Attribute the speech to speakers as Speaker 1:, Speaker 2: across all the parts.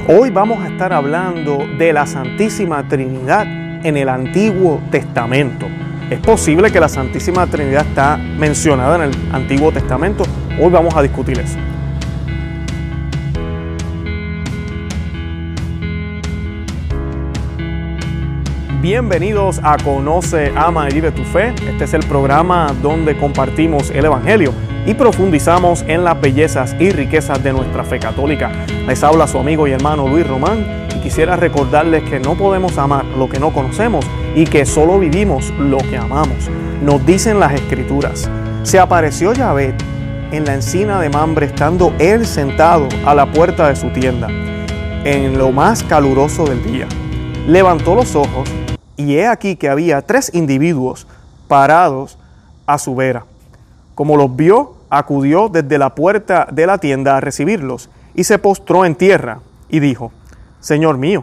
Speaker 1: Hoy vamos a estar hablando de la Santísima Trinidad en el Antiguo Testamento. ¿Es posible que la Santísima Trinidad está mencionada en el Antiguo Testamento? Hoy vamos a discutir eso. Bienvenidos a Conoce, Ama y Vive tu Fe. Este es el programa donde compartimos el Evangelio y profundizamos en las bellezas y riquezas de nuestra fe católica. Les habla su amigo y hermano Luis Román y quisiera recordarles que no podemos amar lo que no conocemos y que solo vivimos lo que amamos. Nos dicen las Escrituras: se apareció Yahvé en la encina de Mamre, estando él sentado a la puerta de su tienda, en lo más caluroso del día. Levantó los ojos y he aquí que había 3 individuos parados a su vera. Como los vio, acudió desde la puerta de la tienda a recibirlos y se postró en tierra y dijo: Señor mío,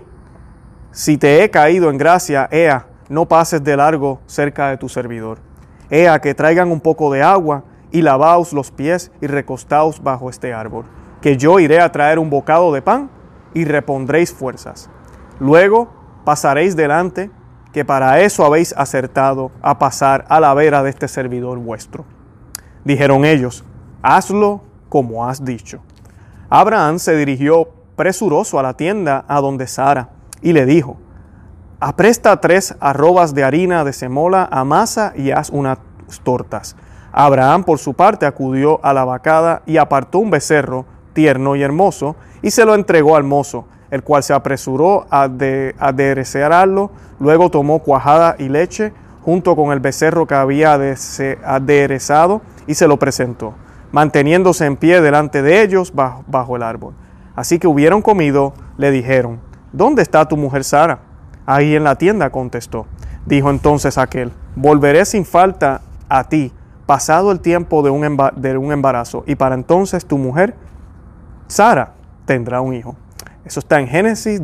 Speaker 1: si te he caído en gracia, ea, no pases de largo cerca de tu servidor. Ea, que traigan un poco de agua y lavaos los pies y recostaos bajo este árbol, que yo iré a traer un bocado de pan y repondréis fuerzas. Luego pasaréis delante, que para eso habéis acertado a pasar a la vera de este servidor vuestro. Dijeron ellos: hazlo como has dicho. Abraham se dirigió presuroso a la tienda a donde Sara y le dijo: apresta 3 arrobas de harina de semola, amasa y haz unas tortas. Abraham por su parte acudió a la vacada y apartó un becerro tierno y hermoso y se lo entregó al mozo, el cual se apresuró a aderezarlo. Luego tomó cuajada y leche junto con el becerro que había aderezado y se lo presentó, manteniéndose en pie delante de ellos bajo el árbol. Así que hubieron comido, le dijeron: ¿dónde está tu mujer Sara? Ahí en la tienda, contestó. Dijo entonces aquel: volveré sin falta a ti, pasado el tiempo de un embarazo, y para entonces tu mujer Sara tendrá un hijo. Eso está en Génesis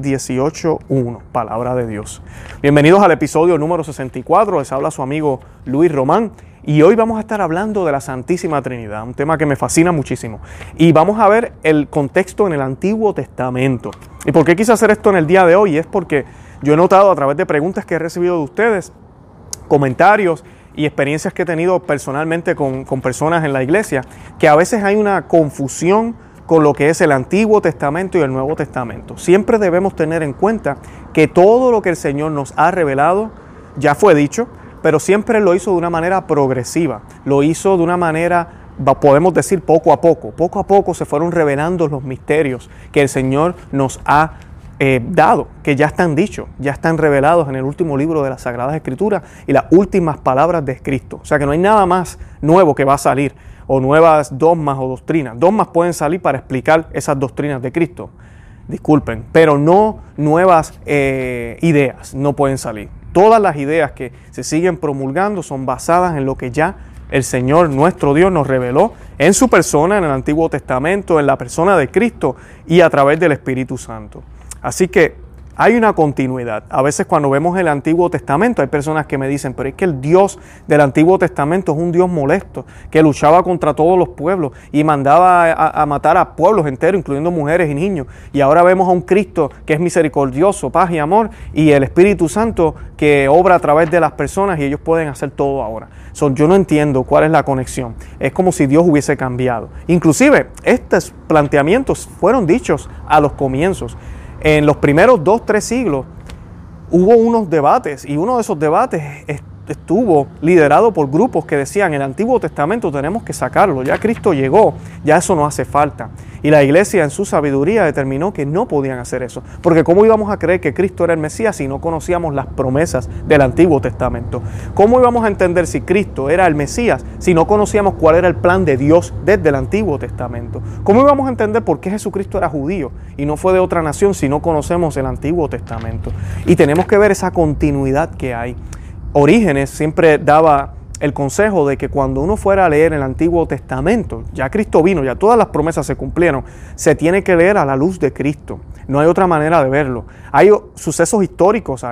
Speaker 1: 18:1, palabra de Dios. Bienvenidos al episodio número 64, les habla su amigo Luis Román. Y hoy vamos a estar hablando de la Santísima Trinidad, un tema que me fascina muchísimo. Y vamos a ver el contexto en el Antiguo Testamento. ¿Y por qué quise hacer esto en el día de hoy? Es porque yo he notado a través de preguntas que he recibido de ustedes, comentarios y experiencias que he tenido personalmente con personas en la iglesia, que a veces hay una confusión con lo que es el Antiguo Testamento y el Nuevo Testamento. Siempre debemos tener en cuenta que todo lo que el Señor nos ha revelado ya fue dicho, pero siempre lo hizo de una manera progresiva, lo hizo de una manera, podemos decir, poco a poco. Poco a poco se fueron revelando los misterios que el Señor nos ha dado, que ya están dichos, ya están revelados en el último libro de las Sagradas Escrituras y las últimas palabras de Cristo. O sea que no hay nada más nuevo que va a salir, o nuevas dogmas o doctrinas. Dogmas pueden salir para explicar esas doctrinas de Cristo, disculpen, pero no nuevas ideas no pueden salir. Todas las ideas que se siguen promulgando son basadas en lo que ya el Señor nuestro Dios nos reveló en su persona, en el Antiguo Testamento, en la persona de Cristo y a través del Espíritu Santo. Así que hay una continuidad. A veces cuando vemos el Antiguo Testamento hay personas que me dicen: pero es que el Dios del Antiguo Testamento es un Dios molesto, que luchaba contra todos los pueblos y mandaba a matar a pueblos enteros, incluyendo mujeres y niños. Y ahora vemos a un Cristo que es misericordioso, paz y amor, y el Espíritu Santo que obra a través de las personas y ellos pueden hacer todo ahora. Yo no entiendo cuál es la conexión. Es como si Dios hubiese cambiado. Inclusive estos planteamientos fueron dichos a los comienzos. En los primeros 2-3 siglos hubo unos debates y uno de esos debates estuvo liderado por grupos que decían: el Antiguo Testamento tenemos que sacarlo, ya Cristo llegó, ya eso no hace falta. Y la iglesia en su sabiduría determinó que no podían hacer eso, porque ¿cómo íbamos a creer que Cristo era el Mesías si no conocíamos las promesas del Antiguo Testamento? ¿Cómo íbamos a entender si Cristo era el Mesías si no conocíamos cuál era el plan de Dios desde el Antiguo Testamento? ¿Cómo íbamos a entender por qué Jesucristo era judío y no fue de otra nación si no conocemos el Antiguo Testamento? Y tenemos que ver esa continuidad que hay. Orígenes siempre daba el consejo de que cuando uno fuera a leer el Antiguo Testamento, ya Cristo vino, ya todas las promesas se cumplieron, se tiene que leer a la luz de Cristo. No hay otra manera de verlo. Hay sucesos históricos ahí,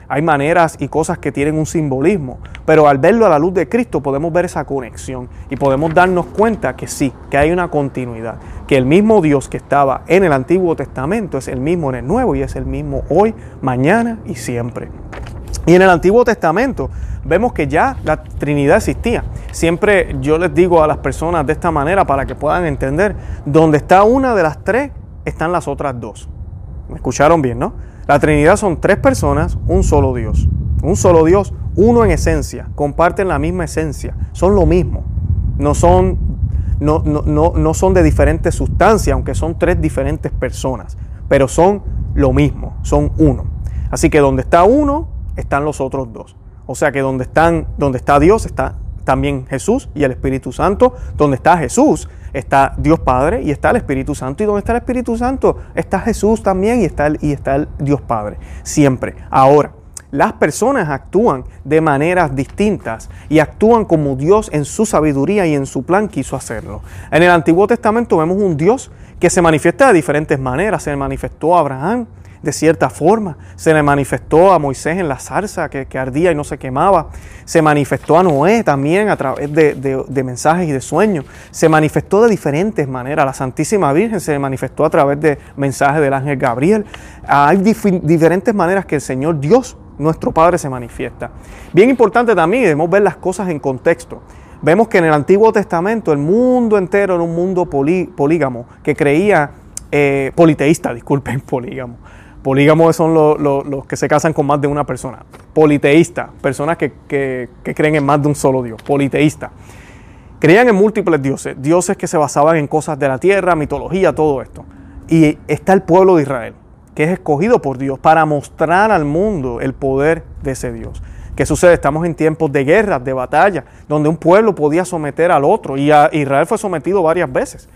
Speaker 1: hay maneras y cosas que tienen un simbolismo, pero al verlo a la luz de Cristo podemos ver esa conexión y podemos darnos cuenta que sí, que hay una continuidad, que el mismo Dios que estaba en el Antiguo Testamento es el mismo en el Nuevo y es el mismo hoy, mañana y siempre. Y en el Antiguo Testamento vemos que ya la Trinidad existía. Siempre yo les digo a las personas de esta manera para que puedan entender, donde está una de las tres, están las otras dos. ¿Me escucharon bien, no? La Trinidad son tres personas, un solo Dios. Un solo Dios, uno en esencia, comparten la misma esencia, son lo mismo. No son de diferentes sustancias, aunque son tres diferentes personas, pero son lo mismo, son uno. Así que donde está uno, están los otros dos. O sea que donde está Dios, está también Jesús y el Espíritu Santo. Donde está Jesús, está Dios Padre y está el Espíritu Santo. Y donde está el Espíritu Santo, está Jesús también y está el Dios Padre. Siempre. Ahora, las personas actúan de maneras distintas y actúan como Dios en su sabiduría y en su plan quiso hacerlo. En el Antiguo Testamento vemos un Dios que se manifiesta de diferentes maneras. Se manifestó a Abraham de cierta forma, se le manifestó a Moisés en la zarza que ardía y no se quemaba, se manifestó a Noé también a través de mensajes y de sueños, se manifestó de diferentes maneras, la Santísima Virgen se manifestó a través de mensajes del ángel Gabriel. Hay diferentes maneras que el Señor Dios, nuestro Padre, se manifiesta. Bien importante también, debemos ver las cosas en contexto. Vemos que en el Antiguo Testamento el mundo entero era un mundo polígamo, que creía, politeísta, polígamo. Polígamos son los que se casan con más de una persona. Politeísta, personas que creen en más de un solo Dios. Politeísta. Creían en múltiples dioses, dioses que se basaban en cosas de la tierra, mitología, todo esto. Y está el pueblo de Israel, que es escogido por Dios para mostrar al mundo el poder de ese Dios. ¿Qué sucede? Estamos en tiempos de guerras, de batalla, donde un pueblo podía someter al otro. Y Israel fue sometido varias veces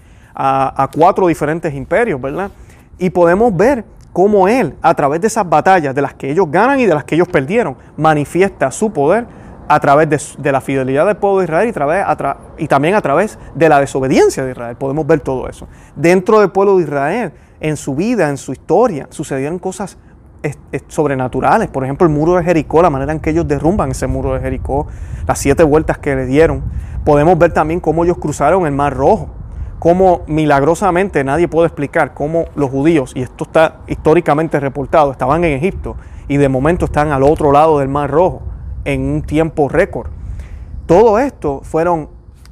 Speaker 1: a 4 diferentes imperios, ¿verdad? Y podemos ver cómo Él, a través de esas batallas de las que ellos ganan y de las que ellos perdieron, manifiesta su poder a través de la fidelidad del pueblo de Israel y también a través de la desobediencia de Israel. Podemos ver todo eso. Dentro del pueblo de Israel, en su vida, en su historia, sucedieron cosas sobrenaturales. Por ejemplo, el muro de Jericó, la manera en que ellos derrumban ese muro de Jericó, las 7 vueltas que le dieron. Podemos ver también cómo ellos cruzaron el Mar Rojo. Cómo milagrosamente nadie puede explicar cómo los judíos, y esto está históricamente reportado, estaban en Egipto y de momento están al otro lado del Mar Rojo en un tiempo récord. Todo esto fueron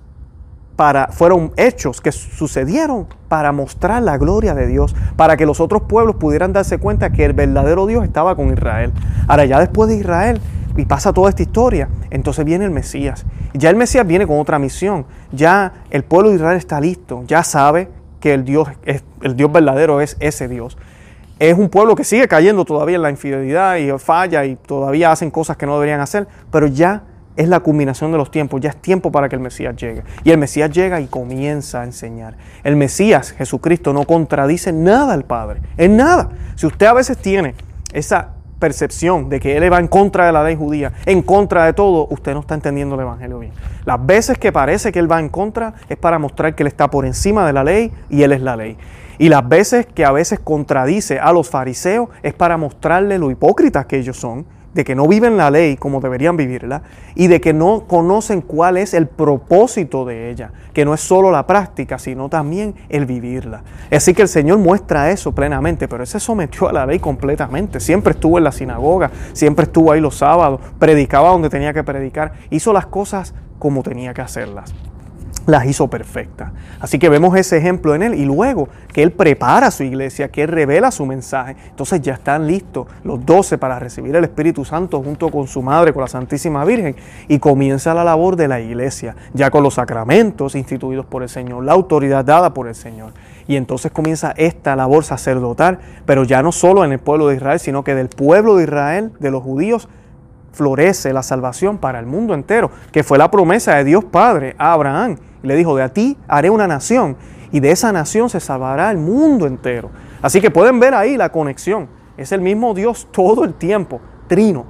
Speaker 1: hechos que sucedieron para mostrar la gloria de Dios, para que los otros pueblos pudieran darse cuenta que el verdadero Dios estaba con Israel. Ahora, ya después de Israel, y pasa toda esta historia, entonces viene el Mesías. Ya el Mesías viene con otra misión. Ya el pueblo de Israel está listo. Ya sabe que el Dios verdadero es ese Dios. Es un pueblo que sigue cayendo todavía en la infidelidad y falla y todavía hacen cosas que no deberían hacer, pero ya es la culminación de los tiempos. Ya es tiempo para que el Mesías llegue. Y el Mesías llega y comienza a enseñar. El Mesías, Jesucristo, no contradice nada al Padre. En nada. Si usted a veces tiene esa percepción de que Él va en contra de la ley judía, en contra de todo, usted no está entendiendo el Evangelio bien. Las veces que parece que Él va en contra es para mostrar que Él está por encima de la ley y Él es la ley. Y las veces que a veces contradice a los fariseos es para mostrarle lo hipócritas que ellos son, de que no viven la ley como deberían vivirla y de que no conocen cuál es el propósito de ella, que no es solo la práctica, sino también el vivirla. Así que el Señor muestra eso plenamente, pero Él se sometió a la ley completamente. Siempre estuvo en la sinagoga, siempre estuvo ahí los sábados, predicaba donde tenía que predicar, hizo las cosas como tenía que hacerlas. Las hizo perfectas. Así que vemos ese ejemplo en Él y luego que Él prepara a su iglesia, que Él revela su mensaje. Entonces ya están listos los 12 para recibir el Espíritu Santo junto con su madre, con la Santísima Virgen, y comienza la labor de la iglesia, ya con los sacramentos instituidos por el Señor, la autoridad dada por el Señor. Y entonces comienza esta labor sacerdotal, pero ya no solo en el pueblo de Israel, sino que del pueblo de Israel, de los judíos, florece la salvación para el mundo entero, que fue la promesa de Dios Padre a Abraham. Le dijo, de a ti haré una nación y de esa nación se salvará el mundo entero. Así que pueden ver ahí la conexión. Es el mismo Dios todo el tiempo, trino.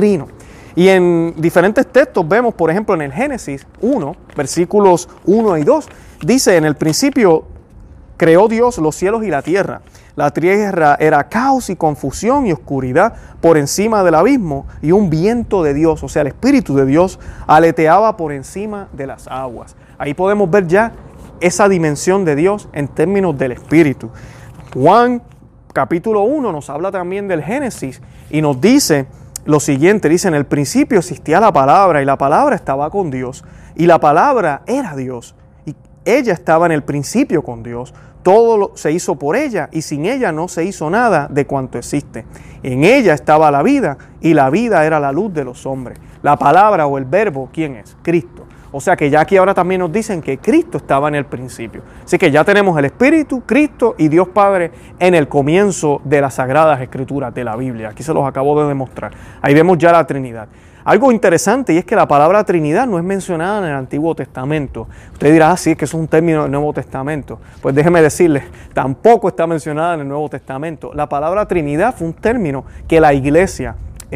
Speaker 1: Y en diferentes textos vemos, por ejemplo, en el Génesis 1, versículos 1 y 2, dice, en el principio creó Dios los cielos y la tierra. La tierra era caos y confusión y oscuridad por encima del abismo, y un viento de Dios, o sea, el Espíritu de Dios, aleteaba por encima de las aguas. Ahí podemos ver ya esa dimensión de Dios en términos del Espíritu. Juan capítulo 1 nos habla también del Génesis y nos dice lo siguiente, dice: en el principio existía la palabra y la palabra estaba con Dios y la palabra era Dios y ella estaba en el principio con Dios. Todo se hizo por ella y sin ella no se hizo nada de cuanto existe. En ella estaba la vida y la vida era la luz de los hombres. La palabra o el verbo, ¿quién es? Cristo. O sea que ya aquí ahora también nos dicen que Cristo estaba en el principio. Así que ya tenemos el Espíritu, Cristo y Dios Padre en el comienzo de las Sagradas Escrituras de la Biblia. Aquí se los acabo de demostrar. Ahí vemos ya la Trinidad. Algo interesante, y es que la palabra Trinidad no es mencionada en el Antiguo Testamento. Usted dirá, sí, es que es un término del Nuevo Testamento. Pues déjeme decirle, tampoco está mencionada en el Nuevo Testamento. La palabra Trinidad fue un término que la Iglesia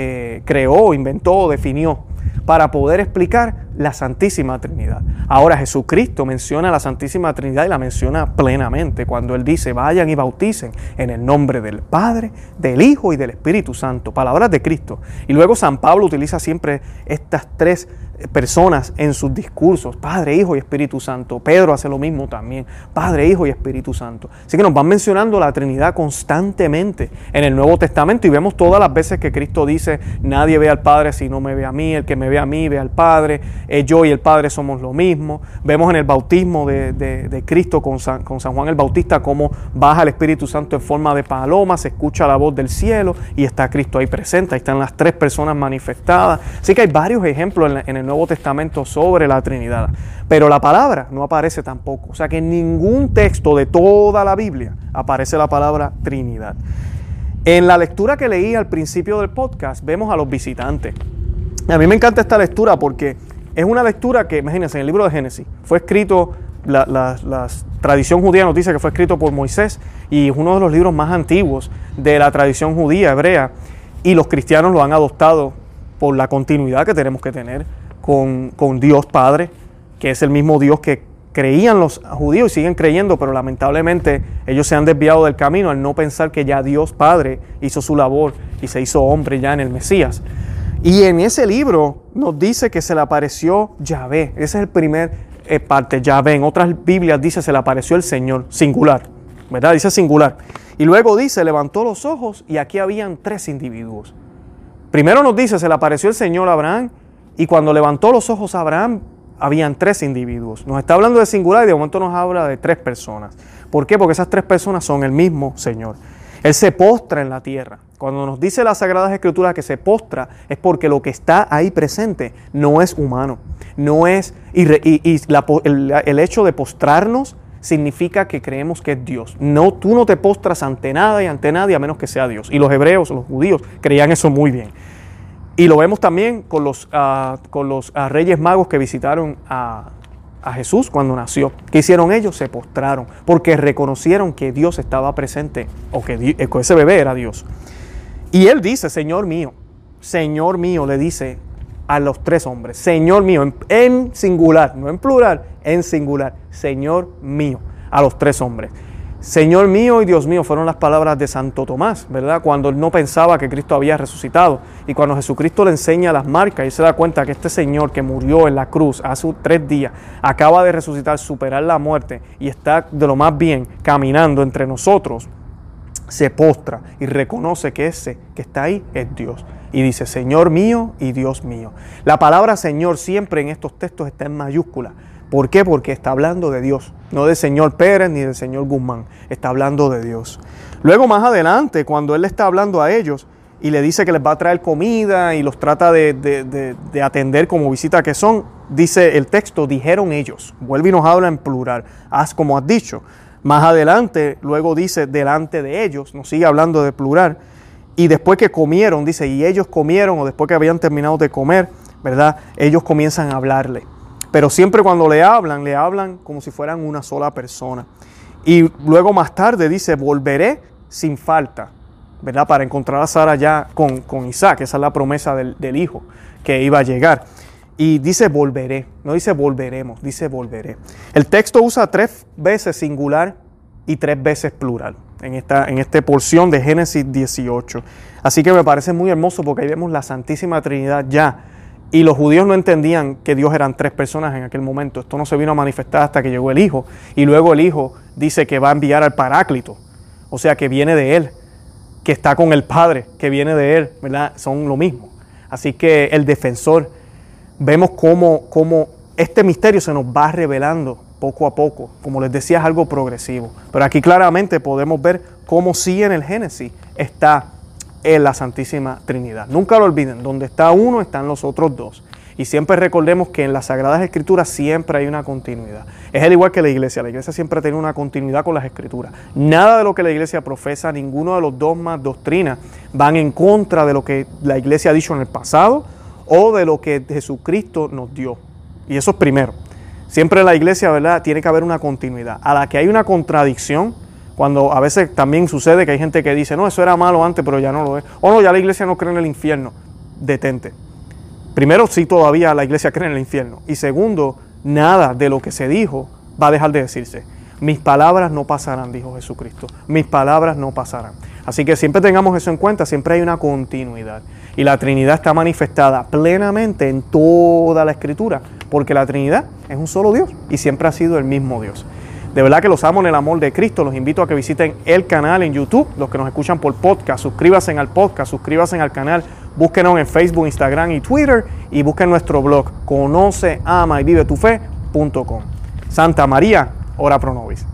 Speaker 1: creó, inventó, definió para poder explicar la Santísima Trinidad. Ahora Jesucristo menciona la Santísima Trinidad y la menciona plenamente cuando Él dice: vayan y bauticen en el nombre del Padre, del Hijo y del Espíritu Santo. Palabras de Cristo. Y luego San Pablo utiliza siempre estas tres personas en sus discursos: Padre, Hijo y Espíritu Santo. Pedro hace lo mismo también: Padre, Hijo y Espíritu Santo. Así que nos van mencionando la Trinidad constantemente en el Nuevo Testamento y vemos todas las veces que Cristo dice: nadie ve al Padre si no me ve a mí, el que me ve a mí ve al Padre, yo y el Padre somos lo mismo. Vemos en el bautismo de Cristo con San Juan el Bautista cómo baja el Espíritu Santo en forma de paloma, se escucha la voz del cielo y está Cristo ahí presente. Ahí están las tres personas manifestadas. Así que hay varios ejemplos en el Nuevo Testamento sobre la Trinidad. Pero la palabra no aparece tampoco. O sea que en ningún texto de toda la Biblia aparece la palabra Trinidad. En la lectura que leí al principio del podcast vemos a los visitantes. A mí me encanta esta lectura porque es una lectura que, imagínense, en el libro de Génesis fue escrito, la tradición judía nos dice que fue escrito por Moisés y es uno de los libros más antiguos de la tradición judía, hebrea, y los cristianos lo han adoptado por la continuidad que tenemos que tener con Dios Padre, que es el mismo Dios que creían los judíos y siguen creyendo, pero lamentablemente ellos se han desviado del camino al no pensar que ya Dios Padre hizo su labor y se hizo hombre ya en el Mesías. Y en ese libro nos dice que se le apareció Yahvé. Ese es el primer parte, Yahvé. En otras Biblias dice se le apareció el Señor, singular, ¿verdad? Dice singular. Y luego dice, levantó los ojos y aquí habían tres individuos. Primero nos dice, se le apareció el Señor a Abraham y cuando levantó los ojos a Abraham, habían tres individuos. Nos está hablando de singular y de momento nos habla de tres personas. ¿Por qué? Porque esas tres personas son el mismo Señor. Él se postra en la tierra. Cuando nos dice las Sagradas Escrituras que se postra, es porque lo que está ahí presente no es humano. No es, el hecho de postrarnos significa que creemos que es Dios. No, tú no te postras ante nada y ante nadie a menos que sea Dios. Y los hebreos, los judíos, creían eso muy bien. Y lo vemos también con los reyes magos que visitaron a Jesús cuando nació. ¿Qué hicieron ellos? Se postraron porque reconocieron que Dios estaba presente o que ese bebé era Dios. Y él dice, Señor mío, le dice a los tres hombres, Señor mío, en singular, no en plural, en singular, Señor mío, a los tres hombres. Señor mío y Dios mío fueron las palabras de Santo Tomás, ¿verdad? Cuando él no pensaba que Cristo había resucitado. Y cuando Jesucristo le enseña las marcas y se da cuenta que este Señor que murió en la cruz hace 3 días, acaba de resucitar, superar la muerte y está de lo más bien caminando entre nosotros, se postra y reconoce que ese que está ahí es Dios. Y dice, Señor mío y Dios mío. La palabra Señor siempre en estos textos está en mayúscula. ¿Por qué? Porque está hablando de Dios, no del señor Pérez ni del señor Guzmán, está hablando de Dios. Luego más adelante, cuando él le está hablando a ellos y le dice que les va a traer comida y los trata de atender como visita que son, dice el texto, dijeron ellos, vuelve y nos habla en plural, haz como has dicho. Más adelante, luego dice delante de ellos, nos sigue hablando de plural, y después que comieron, dice, y ellos comieron, o después que habían terminado de comer, ¿verdad? Ellos comienzan a hablarle. Pero siempre cuando le hablan como si fueran una sola persona. Y luego más tarde dice, volveré sin falta, ¿verdad? Para encontrar a Sara ya con Isaac. Esa es la promesa del hijo que iba a llegar. Y dice volveré, no dice volveremos, dice volveré. El texto usa 3 veces singular y 3 veces plural. en esta porción de Génesis 18. Así que me parece muy hermoso porque ahí vemos la Santísima Trinidad ya. Y los judíos no entendían que Dios eran 3 personas en aquel momento. Esto no se vino a manifestar hasta que llegó el Hijo. Y luego el Hijo dice que va a enviar al Paráclito. O sea, que viene de Él, que está con el Padre, que viene de Él, ¿verdad? Son lo mismo. Así que el defensor, vemos cómo este misterio se nos va revelando poco a poco. Como les decía, es algo progresivo. Pero aquí claramente podemos ver cómo sí en el Génesis está en la Santísima Trinidad. Nunca lo olviden, donde está uno están los otros dos. Y siempre recordemos que en las Sagradas Escrituras siempre hay una continuidad. Es al igual que la iglesia siempre tiene una continuidad con las Escrituras. Nada de lo que la iglesia profesa, ninguno de los dogmas, doctrinas, van en contra de lo que la iglesia ha dicho en el pasado o de lo que Jesucristo nos dio. Y eso es primero. Siempre en la iglesia, ¿verdad?, tiene que haber una continuidad. A la que hay una contradicción, cuando a veces también sucede que hay gente que dice, no, eso era malo antes, pero ya no lo es. O no, ya la iglesia no cree en el infierno. Detente. Primero, sí, todavía la iglesia cree en el infierno. Y segundo, nada de lo que se dijo va a dejar de decirse. Mis palabras no pasarán, dijo Jesucristo. Mis palabras no pasarán. Así que siempre tengamos eso en cuenta, siempre hay una continuidad. Y la Trinidad está manifestada plenamente en toda la Escritura, porque la Trinidad es un solo Dios y siempre ha sido el mismo Dios. De verdad que los amo en el amor de Cristo. Los invito a que visiten el canal en YouTube. Los que nos escuchan por podcast, suscríbanse al podcast, suscríbanse al canal. Búsquenos en Facebook, Instagram y Twitter. Y busquen nuestro blog, conoceamaYvivetufe.com. Santa María, ora pro nobis.